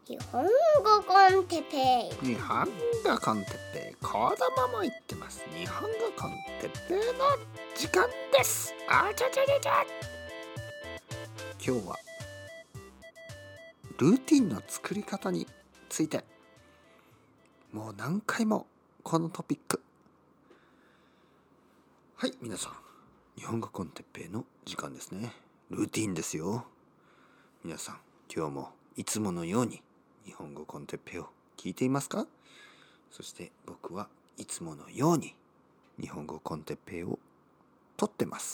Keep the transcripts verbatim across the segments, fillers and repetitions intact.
日本語コンテッペイ。 日本語コンテッペイ、子供も言ってます。日本語コンテッペイの時間です。あちゃちゃちゃちゃ。今日はルーティンの作り方について、もう何回もこのトピック。はい、皆さん、日本語コンテッペイの時間ですね。ルーティンですよ。皆さん、今日もいつものように日本語コンテッペイを聞いていますか？そして僕はいつものように日本語コンテッペイを撮ってます。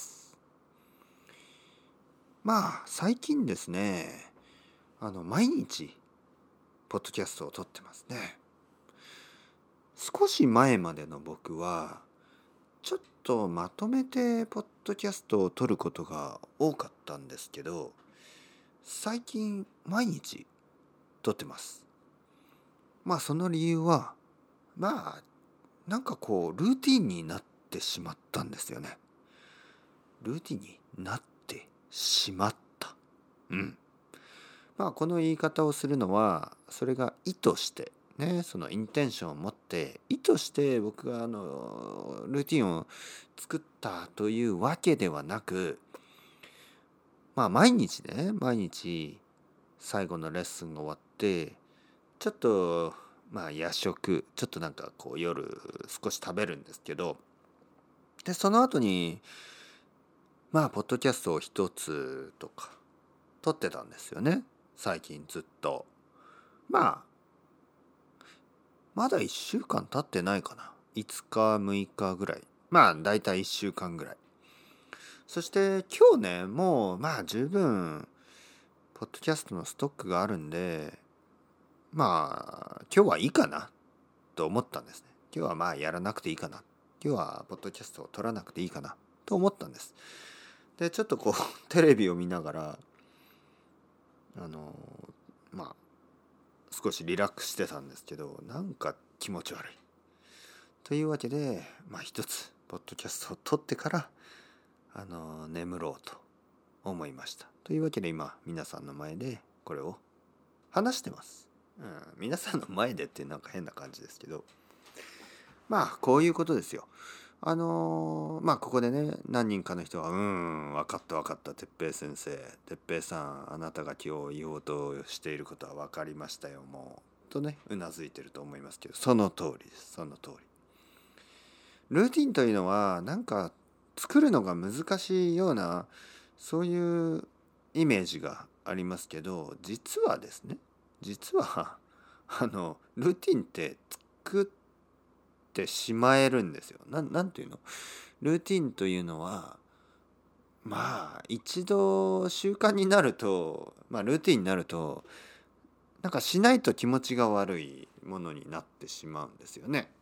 まあ最近ですね、あの毎日ポッドキャストを撮ってますね。少し前までの僕はちょっとまとめてポッドキャストを撮ることが多かったんですけど、最近毎日撮ってます。まあその理由はまあなんかこうルーティンになってしまったんですよね。ルーティンになってしまった。うん。まあこの言い方をするのは、それが意図してね、そのインテンションを持って意図して僕があのルーティンを作ったというわけではなく、まあ毎日ね、毎日最後のレッスンが終わってちょっとまあ夜食ちょっとなんかこう夜少し食べるんですけど、でその後にまあポッドキャストを一つとか撮ってたんですよね、最近ずっと。まあまだいっしゅうかん経ってないかな、いつかむいかぐらい、まあだいたいいっしゅうかんぐらい。そして今日ね、もうまあ十分ポッドキャストのストックがあるんで、まあ今日はいいかなと思ったんですね。今日はまあやらなくていいかな、今日はポッドキャストを撮らなくていいかなと思ったんです。でちょっとこうテレビを見ながらあのまあ少しリラックスしてたんですけど、なんか気持ち悪いというわけで、まあ一つポッドキャストを撮ってからあの眠ろうと思いました。というわけで今皆さんの前でこれを話してます。うん、皆さんの前でってなんか変な感じですけど、まあこういうことですよ。あのーまあここでね、何人かの人は「うーん分かった分かった哲平先生、哲平さん、あなたが今日言おうとしていることは分かりましたよもう」とねうなずいてると思いますけど、その通りです。その通り。ルーティンというのはなんか作るのが難しいようなそういうイメージがありますけど、実はですね、実はあのルーティンって作ってしまえるんですよ。な、なんていうの、ルーティンというのはまあ一度習慣になると、まあルーティンになるとなんかしないと気持ちが悪いものになってしまうんですよね。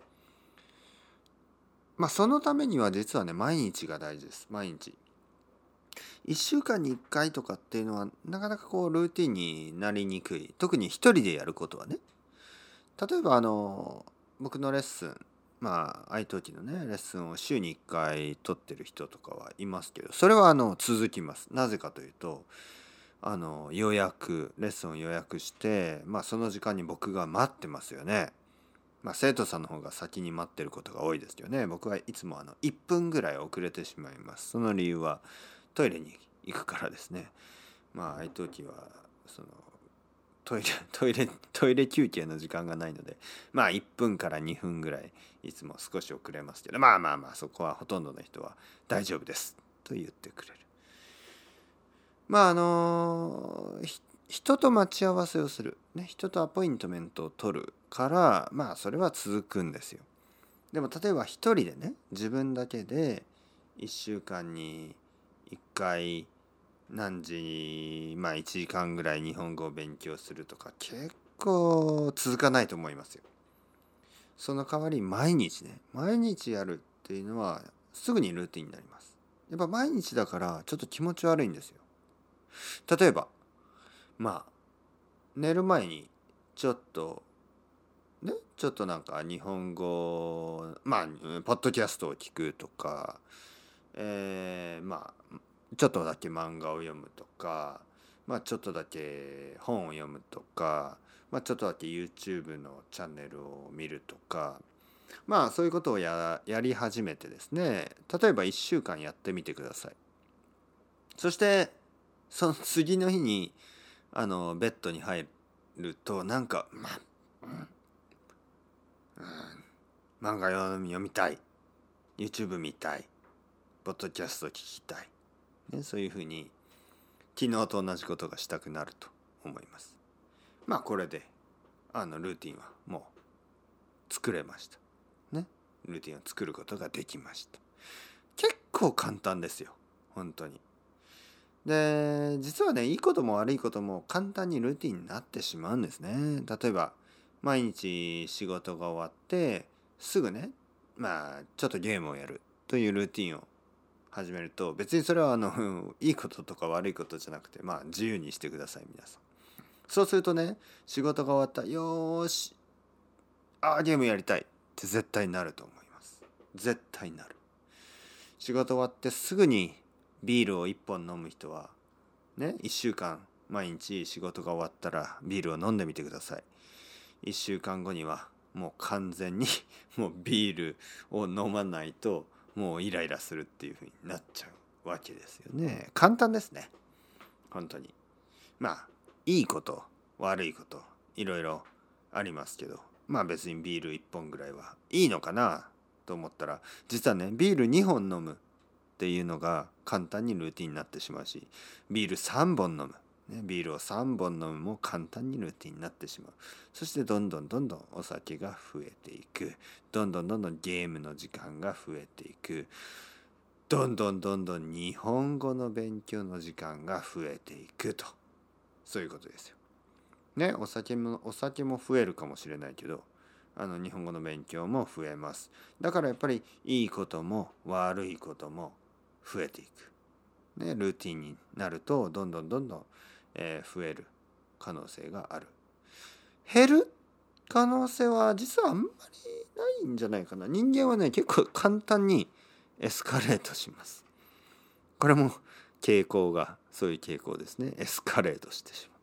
まあそのためには実はね、毎日が大事です。毎日いっしゅうかんにいっかいとかっていうのはなかなかこうルーティンになりにくい。特に一人でやることはね。例えばあの僕のレッスン、まあ iTalki のねレッスンを週にいっかい取ってる人とかはいますけど、それはあの続きます。なぜかというと、あの予約レッスンを予約して、まあその時間に僕が待ってますよね。まあ生徒さんの方が先に待ってることが多いですよね。僕はいつもあのいっぷんぐらい遅れてしまいます。その理由はトイレに行くからですね。まあ iTalki はそのトイレトイレトイレ休憩の時間がないので、まあいっぷんからにふんぐらいいつも少し遅れますけど、まあまあまあそこはほとんどの人は大丈夫ですと言ってくれる。まああの人と待ち合わせをする、ね、人とアポイントメントを取るから、まあそれは続くんですよ。でも例えば一人でね、自分だけでいっしゅうかんにいっかい何時、まあいちじかんぐらい日本語を勉強するとか結構続かないと思いますよ。その代わり毎日ね、毎日やるっていうのはすぐにルーティンになります。やっぱ毎日だからちょっと気持ち悪いんですよ。例えばまあ寝る前にちょっとね、ちょっとなんか日本語、まあポッドキャストを聞くとか、えー、まあちょっとだけ漫画を読むとか、 まあちょっとだけ本を読むとか、まあ、ちょっとだけ YouTube のチャンネルを見るとか、まあそういうことをや、やり始めてですね、例えばいっしゅうかんやってみてください。そしてその次の日にあのベッドに入るとなんか、まあうん、漫画読み読みたい、 YouTube 見たい、ポッドキャスト聞きたい、ね、そういうふうに昨日と同じことがしたくなると思います。まあこれであのルーティンはもう作れましたね。ルーティンを作ることができました。結構簡単ですよ本当に。で実はね、いいことも悪いことも簡単にルーティンになってしまうんですね。例えば毎日仕事が終わってすぐね、まあちょっとゲームをやるというルーティンを始めると、別にそれはあのいいこととか悪いことじゃなくて、まあ自由にしてください皆さん。そうするとね、仕事が終わった、よーし、あーゲームやりたいって絶対になると思います。絶対になる。仕事終わってすぐにビールをいっぽん飲む人はね、いっしゅうかん毎日仕事が終わったらビールを飲んでみてください。いっしゅうかんごにはもう完全にもうビールを飲まないともうイライラするっていう風になっちゃうわけですよね。簡単ですね本当に。まあいいこと悪いこといろいろありますけど、まあ別にビールいっぽんぐらいはいいのかなと思ったら、実はねビールにほん飲むっていうのが簡単にルーティンになってしまうし、ビールさんぼん飲む、ね、ビールをさんぼん飲むも簡単にルーティンになってしまう。そしてどんどんどんどんお酒が増えていく、どんどんどんどんゲームの時間が増えていく、どんどんどんどん日本語の勉強の時間が増えていくと、そういうことですよ。ね、お酒もお酒も増えるかもしれないけど、あの日本語の勉強も増えます。だからやっぱりいいことも悪いことも増えていく。ね、ルーティンになるとどんどんどんどん、えー増える可能性がある。減る可能性は実はあんまりないんじゃないかな。人間はね結構簡単にエスカレートします。これも傾向がそういう傾向ですね。エスカレートしてしまう。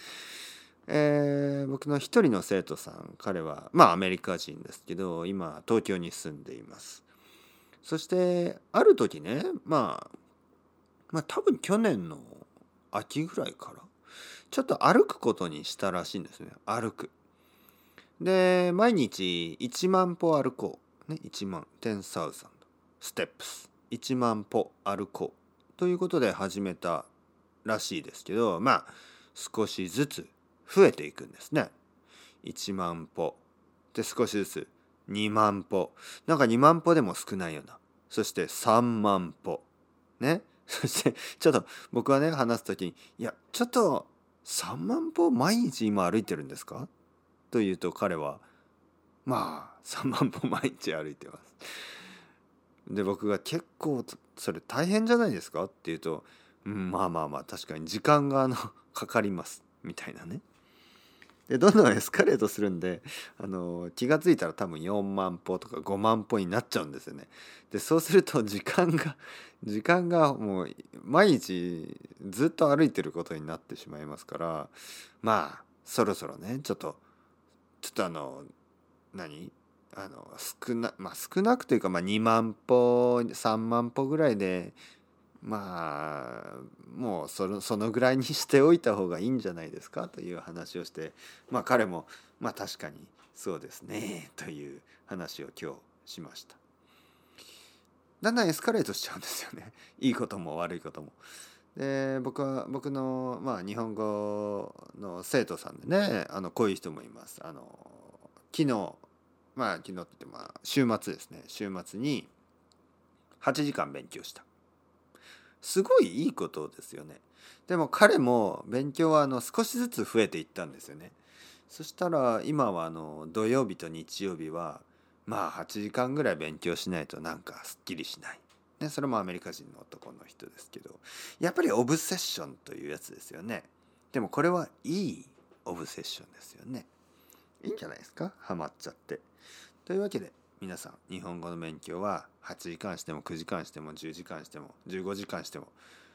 えー僕の一人の生徒さん、彼はまあアメリカ人ですけど今東京に住んでいます。そしてある時ね、まあまあ多分去年の秋ぐらいからちょっと歩くことにしたらしいんですね。歩く。で毎日いちまん歩歩こう、ね、いちまんじゅうさんステップスいちまん歩歩こうということで始めたらしいですけど、まあ少しずつ増えていくんですね。いちまん歩で少しずつにまん歩、なんかにまん歩でも少ないような、そしてさんまん歩ね。そしてちょっと僕はね話すときに、いやちょっとさんまん歩毎日今歩いてるんですかと言うと、彼はまあさんまん歩毎日歩いてます。で僕が結構それ大変じゃないですかって言うと、うん、まあまあまあ確かに時間があのかかりますみたいなね。でどんどんエスカレートするんで、あの気が付いたら多分よんまん歩とかごまん歩になっちゃうんですよね。でそうすると時間が時間がもう毎日ずっと歩いてることになってしまいますから、まあそろそろねちょっとちょっとあの何あの少なまあ少なくというか、まあ、にまん歩さんまん歩ぐらいで、まあもうそのそのぐらいにしておいた方がいいんじゃないですかという話をして、まあ彼もまあ確かにそうですねという話を今日しました。だんだんエスカレートしちゃうんですよね。いいことも悪いことも。で僕は僕の、まあ、日本語の生徒さんでね、あのこういう人もいます。あの昨日まあ昨日って言ってまあ週末ですね。週末にはちじかん勉強した。すごいいいことですよね。でも彼も勉強はあの少しずつ増えていったんですよね。そしたら今はあの土曜日と日曜日はまあはちじかんぐらい勉強しないとなんかすっきりしない。ね、それもアメリカ人の男の人ですけど、やっぱりオブセッションというやつですよね。でもこれはいいオブセッションですよね。いいんじゃないですか、ハマっちゃって。というわけで皆さん日本語の勉強ははちじかんしてもくじかんしてもじゅうじかんしてもじゅうごじかんしても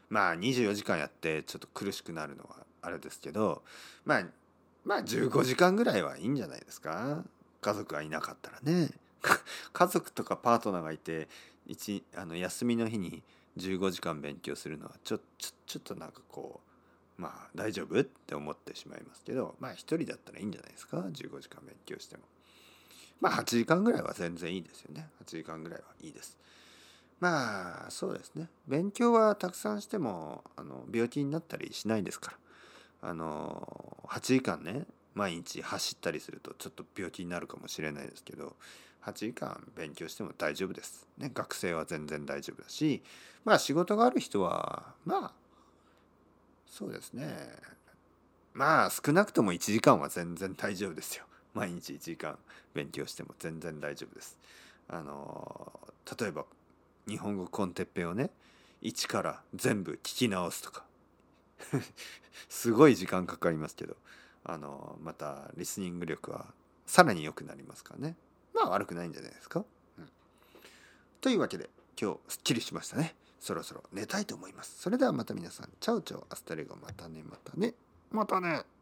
まあにじゅうよじかんやってちょっと苦しくなるのはあれですけど、まあまあじゅうごじかんぐらいはいいんじゃないですか。家族がいなかったらね。家族とかパートナーがいて一あの休みの日にじゅうごじかん勉強するのはちょちょちょっとなんかこうまあ大丈夫って思ってしまいますけど、まあ一人だったらいいんじゃないですか。じゅうごじかん勉強してもまあはちじかんぐらいは全然いいですよね。はちじかんぐらいはいいです。まあそうですね。勉強はたくさんしてもあの病気になったりしないですから。あのはちじかんね毎日走ったりするとちょっと病気になるかもしれないですけど、はちじかん勉強しても大丈夫です。ね、学生は全然大丈夫だし、まあ仕事がある人はまあそうですね。まあ少なくともいちじかんは全然大丈夫ですよ。毎日いちじかん勉強しても全然大丈夫です。あの例えば日本語コンテッペをね一から全部聞き直すとかすごい時間かかりますけど、あのまたリスニング力はさらに良くなりますからね。まあ悪くないんじゃないですか。うん、というわけで今日すっきりしましたね。そろそろ寝たいと思います。それではまた皆さんチャウチャウアスタレゴまたねまたねまたね。